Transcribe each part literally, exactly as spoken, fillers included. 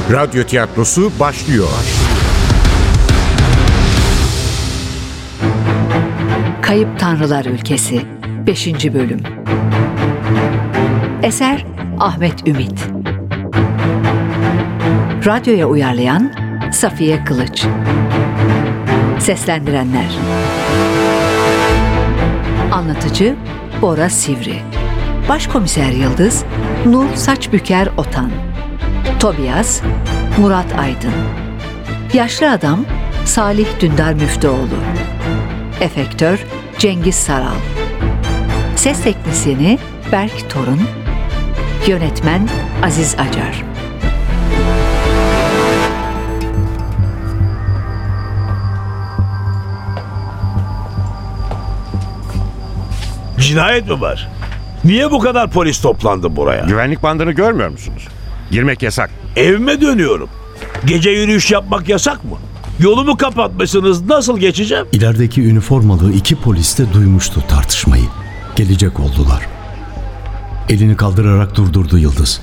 Radyo tiyatrosu başlıyor. Kayıp Tanrılar Ülkesi beşinci bölüm. Eser Ahmet Ümit. Radyoya uyarlayan Safiye Kılıç. Seslendirenler: Anlatıcı Bora Sivri, Başkomiser Yıldız Nur Saçbüker Otan, Tobias Murat Aydın, Yaşlı Adam Salih Dündar Müftüoğlu, Efektör Cengiz Saral, Ses Teknisyeni Berk Torun, Yönetmen Aziz Acar. Cinayet mi var? Niye bu kadar polis toplandı buraya? Güvenlik bandını görmüyor musunuz? Girmek yasak. Evime dönüyorum. Gece yürüyüş yapmak yasak mı? Yolumu kapatmışsınız. Nasıl geçeceğim? İlerideki üniformalı iki polis de duymuştu tartışmayı. Gelecek oldular. Elini kaldırarak durdurdu Yıldız.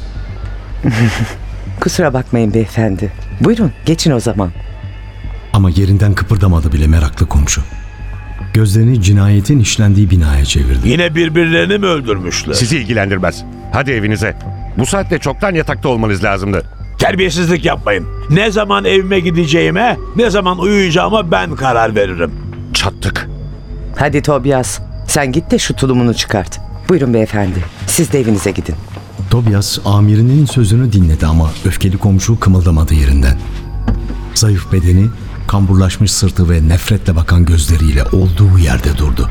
Kusura bakmayın beyefendi. Buyurun geçin o zaman. Ama yerinden kıpırdamadı bile meraklı komşu. Gözlerini cinayetin işlendiği binaya çevirdi. Yine birbirlerini mi öldürmüşler? Sizi ilgilendirmez. Hadi evinize. Bu saatte çoktan yatakta olmanız lazımdı. Terbiyesizlik yapmayın. Ne zaman evime gideceğime, ne zaman uyuyacağıma ben karar veririm. Çattık. Hadi Tobias, sen git de şu tulumunu çıkart. Buyurun beyefendi, siz de evinize gidin. Tobias amirinin sözünü dinledi ama öfkeli komşu kımıldamadı yerinden. Zayıf bedeni, kamburlaşmış sırtı ve nefretle bakan gözleriyle olduğu yerde durdu.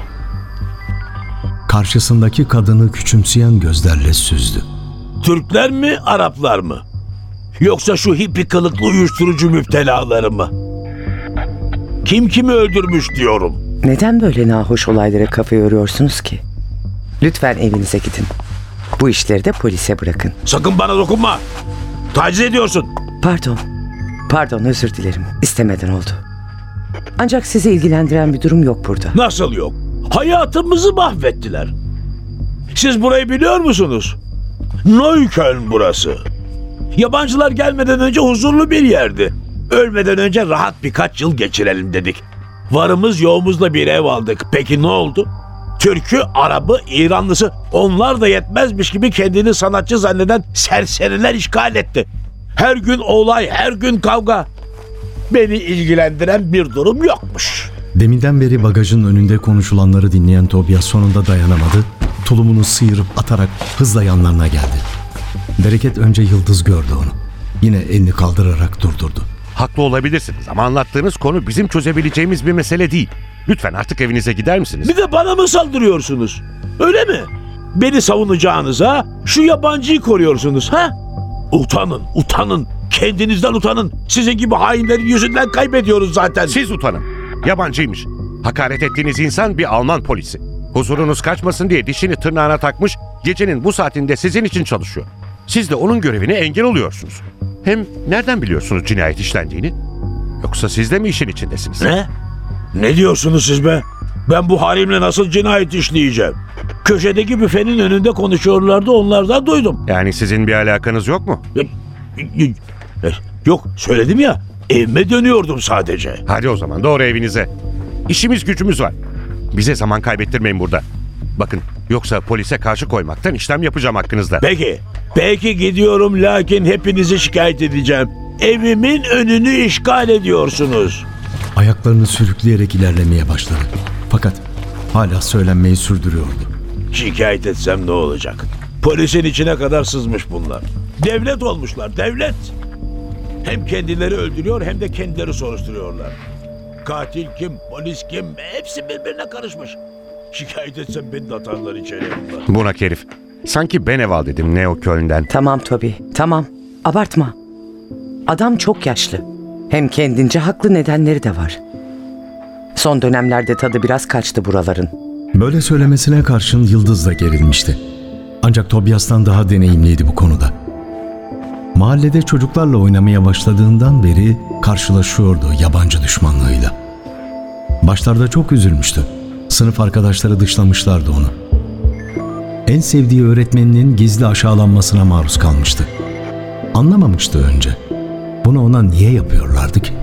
Karşısındaki kadını küçümseyen gözlerle süzdü. Türkler mi, Araplar mı? Yoksa şu hippi kılıklı uyuşturucu müptelaları mı? Kim kimi öldürmüş diyorum. Neden böyle nahoş olaylara kafa yoruyorsunuz ki? Lütfen evinize gidin. Bu işleri de polise bırakın. Sakın bana dokunma. Taciz ediyorsun. Pardon. Pardon, özür dilerim. İstemeden oldu. Ancak sizi ilgilendiren bir durum yok burada. Nasıl yok? Hayatımızı mahvettiler. Siz burayı biliyor musunuz? Neukölln burası. Yabancılar gelmeden önce huzurlu bir yerdi. Ölmeden önce rahat birkaç yıl geçirelim dedik. Varımız yoğumuzla bir ev aldık. Peki ne oldu? Türk'ü, Arap'ı, İranlısı, onlar da yetmezmiş gibi kendini sanatçı zanneden serseriler işgal etti. Her gün olay, her gün kavga. Beni ilgilendiren bir durum yokmuş. Deminden beri bagajın önünde konuşulanları dinleyen Tobias sonunda dayanamadı. Tulumunu sıyırıp atarak hızla yanlarına geldi. Bereket önce Yıldız gördü onu. Yine elini kaldırarak durdurdu. Haklı olabilirsiniz ama anlattığınız konu bizim çözebileceğimiz bir mesele değil. Lütfen artık evinize gider misiniz? Bir de bana mı saldırıyorsunuz? Öyle mi? Beni savunacağınıza şu yabancıyı koruyorsunuz ha? Utanın, utanın. Kendinizden utanın. Sizin gibi hainlerin yüzünden kaybediyoruz zaten. Siz utanın. Yabancıymış. Hakaret ettiğiniz insan bir Alman polisi. Huzurunuz kaçmasın diye dişini tırnağına takmış, gecenin bu saatinde sizin için çalışıyor. Siz de onun görevine engel oluyorsunuz. Hem nereden biliyorsunuz cinayet işlendiğini? Yoksa siz de mi işin içindesiniz? Ne? Ne diyorsunuz siz be? Ben bu halimle nasıl cinayet işleyeceğim? Köşedeki büfenin önünde konuşuyorlardı, onlardan duydum. Yani sizin bir alakanız yok mu? Yok, söyledim ya, evime dönüyordum sadece. Hadi o zaman doğru evinize. İşimiz gücümüz var. Bize zaman kaybettirmeyin burada. Bakın, yoksa polise karşı koymaktan işlem yapacağım hakkınızda. Peki, peki gidiyorum lakin hepinizi şikayet edeceğim. Evimin önünü işgal ediyorsunuz. Ayaklarını sürükleyerek ilerlemeye başladı. Fakat hala söylenmeyi sürdürüyordu. Şikayet etsem ne olacak? Polisin içine kadar sızmış bunlar. Devlet olmuşlar, devlet. Hem kendileri öldürüyor hem de kendileri soruşturuyorlar. Katil kim, polis kim, hepsi birbirine karışmış. Şikayet etsem beni de atarlar içeri. Bunak herif. Sanki ben eval dedim Neukölln'den. Tamam Tobi, tamam. Abartma. Adam çok yaşlı. Hem kendince haklı nedenleri de var. Son dönemlerde tadı biraz kaçtı buraların. Böyle söylemesine karşın Yıldız da gerilmişti. Ancak Tobias'tan daha deneyimliydi bu konuda. Mahallede çocuklarla oynamaya başladığından beri karşılaşıyordu yabancı düşmanlığıyla. Başlarda çok üzülmüştü. Sınıf arkadaşları dışlamışlardı onu. En sevdiği öğretmeninin gizli aşağılanmasına maruz kalmıştı. Anlamamıştı önce. Bunu ona niye yapıyorlardı ki?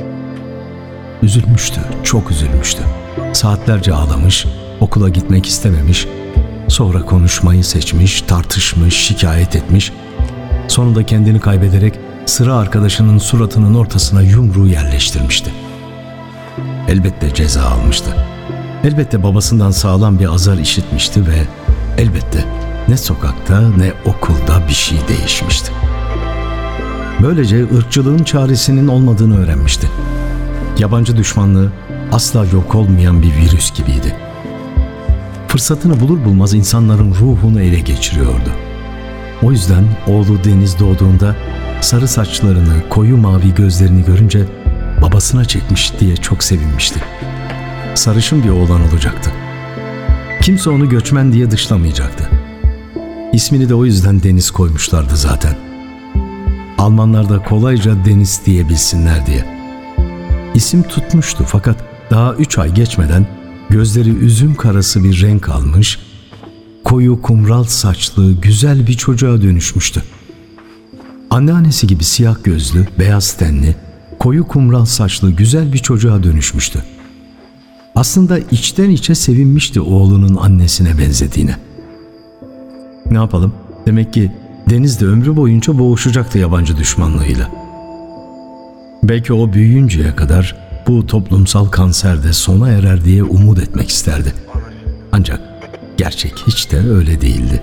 Üzülmüştü, çok üzülmüştü. Saatlerce ağlamış, okula gitmek istememiş. Sonra konuşmayı seçmiş, tartışmış, şikayet etmiş. Sonunda kendini kaybederek sıra arkadaşının suratının ortasına yumruğu yerleştirmişti. Elbette ceza almıştı. Elbette babasından sağlam bir azar işitmişti ve elbette ne sokakta ne okulda bir şey değişmişti. Böylece ırkçılığın çaresinin olmadığını öğrenmişti. Yabancı düşmanlığı asla yok olmayan bir virüs gibiydi. Fırsatını bulur bulmaz insanların ruhunu ele geçiriyordu. O yüzden oğlu Deniz doğduğunda sarı saçlarını, koyu mavi gözlerini görünce babasına çekmiş diye çok sevinmişti. Sarışın bir oğlan olacaktı. Kimse onu göçmen diye dışlamayacaktı. İsmini de o yüzden Deniz koymuşlardı zaten. Almanlar da kolayca Deniz diyebilsinler diye. İsim tutmuştu fakat daha üç ay geçmeden gözleri üzüm karası bir renk almış, koyu kumral saçlı güzel bir çocuğa dönüşmüştü. Anneannesi gibi siyah gözlü, beyaz tenli, koyu kumral saçlı güzel bir çocuğa dönüşmüştü. Aslında içten içe sevinmişti oğlunun annesine benzediğine. Ne yapalım? Demek ki Deniz de ömrü boyunca boğuşacaktı yabancı düşmanlığıyla. Belki o büyüyünceye kadar bu toplumsal kanser de sona erer diye umut etmek isterdi. Ancak gerçek hiç de öyle değildi.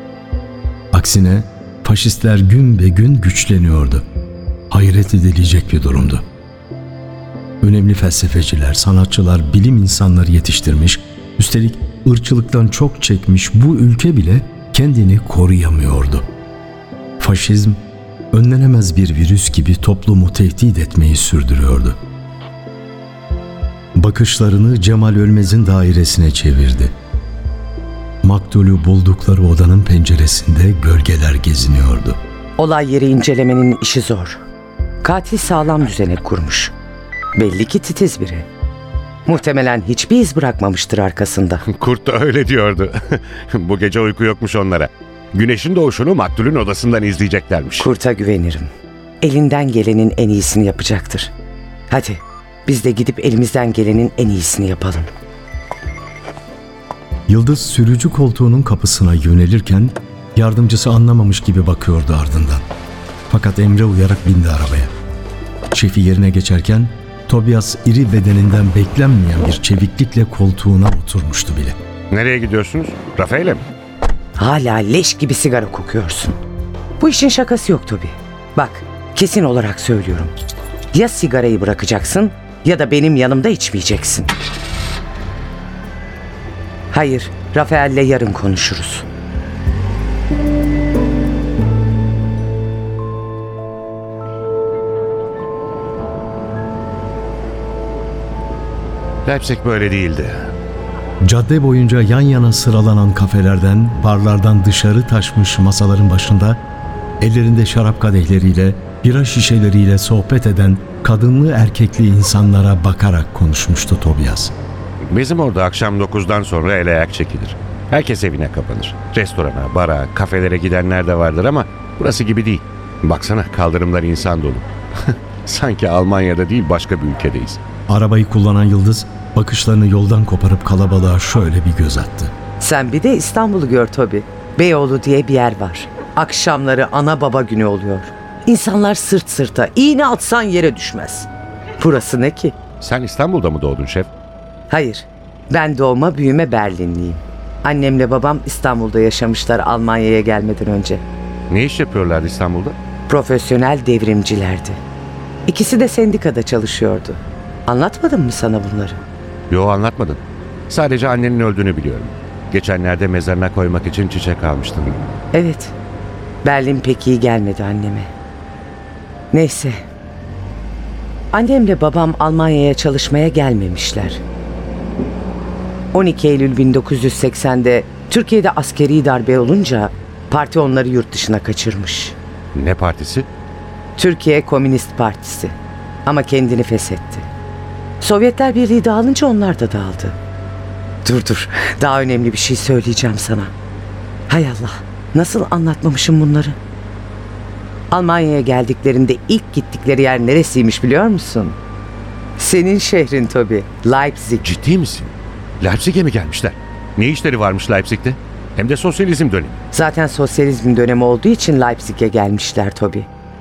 Aksine faşistler gün be gün güçleniyordu. Hayret edilecek bir durumdu. Önemli felsefeciler, sanatçılar, bilim insanları yetiştirmiş, üstelik ırkçılıktan çok çekmiş bu ülke bile kendini koruyamıyordu. Faşizm, önlenemez bir virüs gibi toplumu tehdit etmeyi sürdürüyordu. Bakışlarını Cemal Ölmez'in dairesine çevirdi. Maktulü buldukları odanın penceresinde gölgeler geziniyordu. Olay yeri incelemenin işi zor. Katil sağlam düzenek kurmuş. Belli ki titiz biri. Muhtemelen hiçbir iz bırakmamıştır arkasında. Kurt da öyle diyordu. Bu gece uyku yokmuş onlara. Güneşin doğuşunu maktulün odasından izleyeceklermiş. Kurt'a güvenirim. Elinden gelenin en iyisini yapacaktır. Hadi biz de gidip elimizden gelenin en iyisini yapalım. Yıldız sürücü koltuğunun kapısına yönelirken yardımcısı anlamamış gibi bakıyordu ardından. Fakat Emre uyarak bindi arabaya. Şefi yerine geçerken Tobias iri bedeninden beklenmeyen bir çeviklikle koltuğuna oturmuştu bile. Nereye gidiyorsunuz? Rafael'e mi? Hala leş gibi sigara kokuyorsun. Bu işin şakası yok Tobi. Bak, kesin olarak söylüyorum. Ya sigarayı bırakacaksın ya da benim yanımda içmeyeceksin. Hayır, Rafael'le yarın konuşuruz. Leipzig böyle değildi. Cadde boyunca yan yana sıralanan kafelerden, barlardan dışarı taşmış masaların başında, ellerinde şarap kadehleriyle, bira şişeleriyle sohbet eden kadınlı erkekli insanlara bakarak konuşmuştu Tobias. Bizim orada akşam dokuzdan sonra el ayak çekilir. Herkes evine kapanır. Restorana, bara, kafelere gidenler de vardır ama burası gibi değil. Baksana, kaldırımlar insan dolu. Sanki Almanya'da değil başka bir ülkedeyiz. Arabayı kullanan Yıldız bakışlarını yoldan koparıp kalabalığa şöyle bir göz attı. Sen bir de İstanbul'u gör Tobi. Beyoğlu diye bir yer var. Akşamları ana baba günü oluyor. İnsanlar sırt sırta, iğne atsan yere düşmez. Burası ne ki? Sen İstanbul'da mı doğdun şef? Hayır, ben doğma büyüme Berlinliyim. Annemle babam İstanbul'da yaşamışlar Almanya'ya gelmeden önce. Ne iş yapıyorlardı İstanbul'da? Profesyonel devrimcilerdi. İkisi de sendikada çalışıyordu. Anlatmadım mı sana bunları? Yo, anlatmadın. Sadece annenin öldüğünü biliyorum. Geçenlerde mezarına koymak için çiçek almıştım. Evet. Berlin pek iyi gelmedi anneme. Neyse. Annemle babam Almanya'ya çalışmaya gelmemişler. on iki Eylül bin dokuz yüz seksende Türkiye'de askeri darbe olunca parti onları yurt dışına kaçırmış. Ne partisi? Türkiye Komünist Partisi. Ama kendini feshetti. Sovyetler Birliği dağılınca onlar da dağıldı. Dur dur, daha önemli bir şey söyleyeceğim sana. Hay Allah, nasıl anlatmamışım bunları? Almanya'ya geldiklerinde ilk gittikleri yer neresiymiş biliyor musun? Senin şehrin Toby, Leipzig. Ciddi misin? Leipzig'e mi gelmişler? Ne işleri varmış Leipzig'te? Hem de sosyalizm dönemi. Zaten sosyalizm dönemi olduğu için Leipzig'e gelmişler Toby.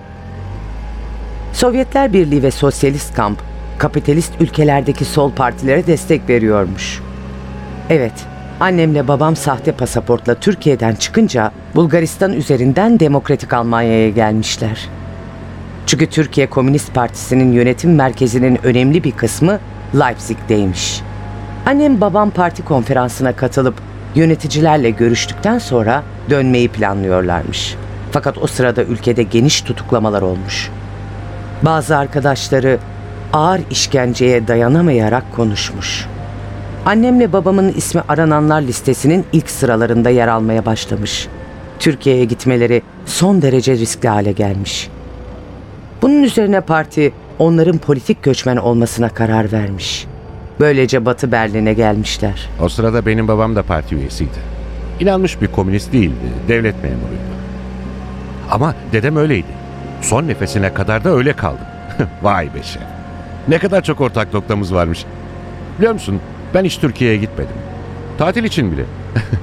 Sovyetler Birliği ve Sosyalist Kamp, kapitalist ülkelerdeki sol partilere destek veriyormuş. Evet, annemle babam sahte pasaportla Türkiye'den çıkınca Bulgaristan üzerinden Demokratik Almanya'ya gelmişler. Çünkü Türkiye Komünist Partisi'nin yönetim merkezinin önemli bir kısmı Leipzig'teymiş. Annem babam parti konferansına katılıp yöneticilerle görüştükten sonra dönmeyi planlıyorlarmış. Fakat o sırada ülkede geniş tutuklamalar olmuş. Bazı arkadaşları ağır işkenceye dayanamayarak konuşmuş. Annemle babamın ismi arananlar listesinin ilk sıralarında yer almaya başlamış. Türkiye'ye gitmeleri son derece riskli hale gelmiş. Bunun üzerine parti onların politik göçmen olmasına karar vermiş. Böylece Batı Berlin'e gelmişler. O sırada benim babam da parti üyesiydi. İnanmış bir komünist değildi, devlet memuruydu. Ama dedem öyleydi. Son nefesine kadar da öyle kaldı. Vay be şef. Ne kadar çok ortak noktamız varmış. Biliyor musun, ben hiç Türkiye'ye gitmedim. Tatil için bile.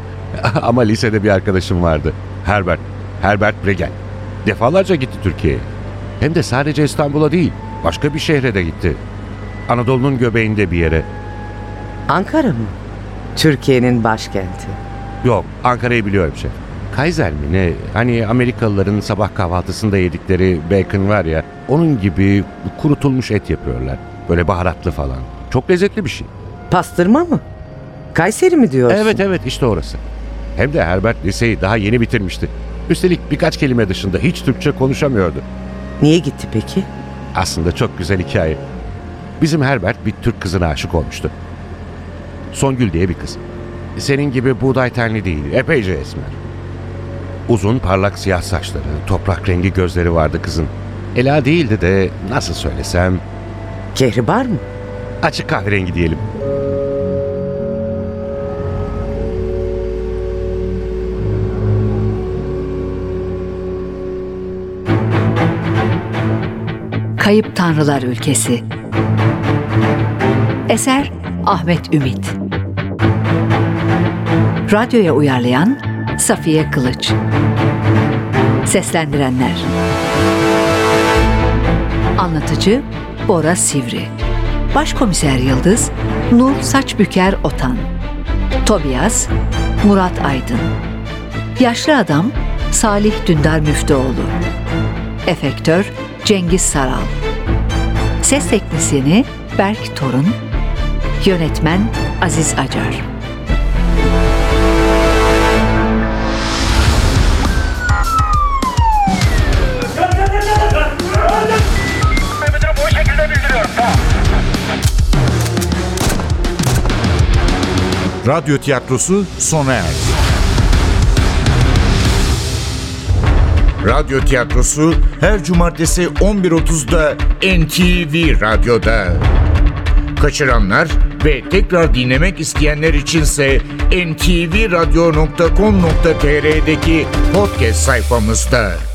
Ama lisede bir arkadaşım vardı. Herbert, Herbert Bregel. Defalarca gitti Türkiye'ye. Hem de sadece İstanbul'a değil, başka bir şehre de gitti. Anadolu'nun göbeğinde bir yere. Ankara mı? Türkiye'nin başkenti. Yok, Ankara'yı biliyorum şef. Kaiser mi ne? Hani Amerikalıların sabah kahvaltısında yedikleri bacon var ya, onun gibi kurutulmuş et yapıyorlar. Böyle baharatlı falan. Çok lezzetli bir şey. Pastırma mı? Kayseri mi diyorsun? Evet evet, işte orası. Hem de Herbert liseyi daha yeni bitirmişti. Üstelik birkaç kelime dışında hiç Türkçe konuşamıyordu. Niye gitti peki? Aslında çok güzel hikaye. Bizim Herbert bir Türk kızına aşık olmuştu. Songül diye bir kız. Senin gibi buğday tenli değil, epeyce esmer. Uzun parlak siyah saçları, toprak rengi gözleri vardı kızın. Ela değildi de nasıl söylesem... Kehribar mı? Açık kahverengi diyelim. Kayıp Tanrılar Ülkesi. Eser Ahmet Ümit. Radyoya uyarlayan Safiye Kılıç. Seslendirenler: Anlatıcı Bora Sivri. Başkomiser Yıldız Nur Saçbüker Otan. Tobias Murat Aydın. Yaşlı Adam Salih Dündar Müftüoğlu. Efektör Cengiz Saral. Ses teknisyeni Berk Torun. Yönetmen Aziz Acar. Radyo tiyatrosu sona erdi. Radyo tiyatrosu her cumartesi on bir otuzda N T V Radyo'da. Kaçıranlar ve tekrar dinlemek isteyenler içinse en ti vi radyo nokta com nokta tr''deki podcast sayfamızda.